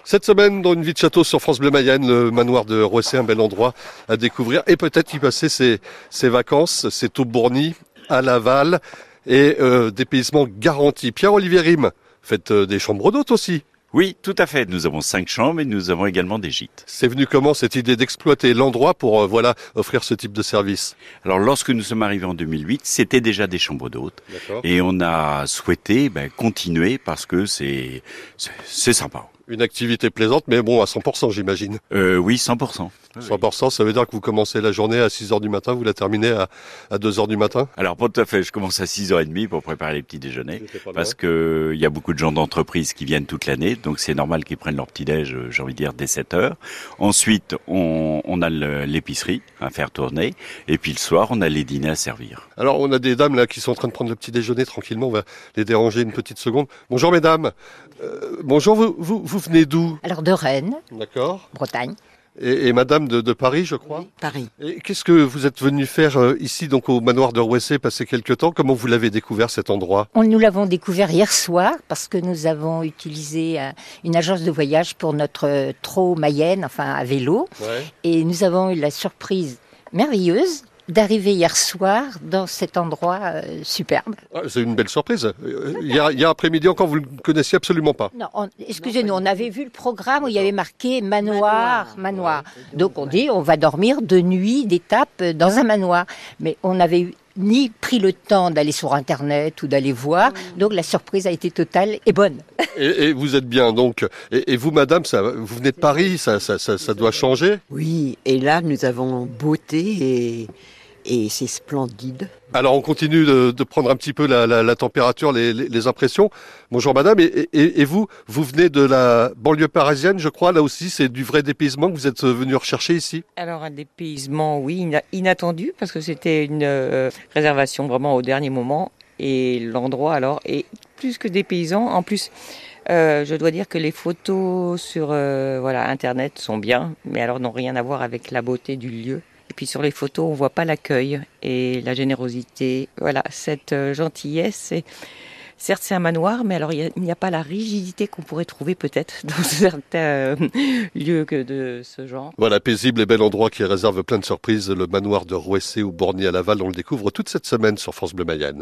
Cette semaine, dans une vie de château sur France Bleu Mayenne, le manoir de Rouessé, un bel endroit à découvrir et peut-être y passer ses vacances. C'est au Bourgny, à Laval et dépaysement garanti. Pierre-Olivier Rime, faites des chambres d'hôtes aussi. Oui, tout à fait. Nous avons 5 chambres et nous avons également des gîtes. C'est venu comment cette idée d'exploiter l'endroit pour offrir ce type de service? Alors lorsque nous sommes arrivés en 2008, c'était déjà des chambres d'hôtes. Et on a souhaité continuer parce que c'est sympa. Une activité plaisante, mais bon, à 100%, j'imagine. Oui, 100%. 100%, ça veut dire que vous commencez la journée à 6h du matin, vous la terminez à 2h du matin? Alors, pas tout à fait. Je commence à 6h30 pour préparer les petits déjeuners. Parce que il y a beaucoup de gens d'entreprise qui viennent toute l'année. Donc, c'est normal qu'ils prennent leur petit déj, j'ai envie de dire, dès 7h. Ensuite, on a l'épicerie à faire tourner. Et puis, le soir, on a les dîners à servir. Alors, on a des dames là qui sont en train de prendre le petit déjeuner tranquillement. On va les déranger une petite seconde. Bonjour, mesdames. Bonjour, vous venez d'où? Alors de Rennes, D'accord. Bretagne. Et madame de Paris, je crois. Oui, Paris. Et qu'est-ce que vous êtes venu faire ici, donc au manoir de Rouessé, passer quelques temps? Comment vous l'avez découvert cet endroit? Nous l'avons découvert hier soir parce que nous avons utilisé une agence de voyage pour notre trot Mayenne, enfin à vélo. Ouais. Et nous avons eu la surprise merveilleuse d'arriver hier soir dans cet endroit superbe. Ah, c'est une belle surprise. Hier après-midi encore, vous ne le connaissiez absolument pas. Non, excusez-nous, on avait vu le programme où il y avait marqué manoir. Donc on dit on va dormir de nuit d'étape dans un manoir. Mais on n'avait ni pris le temps d'aller sur Internet ou d'aller voir. Donc la surprise a été totale et bonne. Et vous êtes bien donc. Et vous, madame, vous venez de Paris, ça doit changer? Oui, et là nous avons beauté et c'est splendide. Alors on continue de prendre un petit peu la température, les impressions. Bonjour madame, et vous venez de la banlieue parisienne, je crois, là aussi c'est du vrai dépaysement que vous êtes venu rechercher ici? Alors un dépaysement, oui, inattendu, parce que c'était une réservation vraiment au dernier moment, et l'endroit alors est plus que dépaysant. En plus, je dois dire que les photos sur Internet sont bien, mais alors n'ont rien à voir avec la beauté du lieu. Et puis sur les photos, on voit pas l'accueil et la générosité. Voilà, cette gentillesse. Certes, c'est un manoir, mais alors il n'y a pas la rigidité qu'on pourrait trouver peut-être dans certains lieux que de ce genre. Voilà, paisible et bel endroit qui réserve plein de surprises. Le manoir de Rouessé ou Bourgny à Laval, on le découvre toute cette semaine sur France Bleu Mayenne.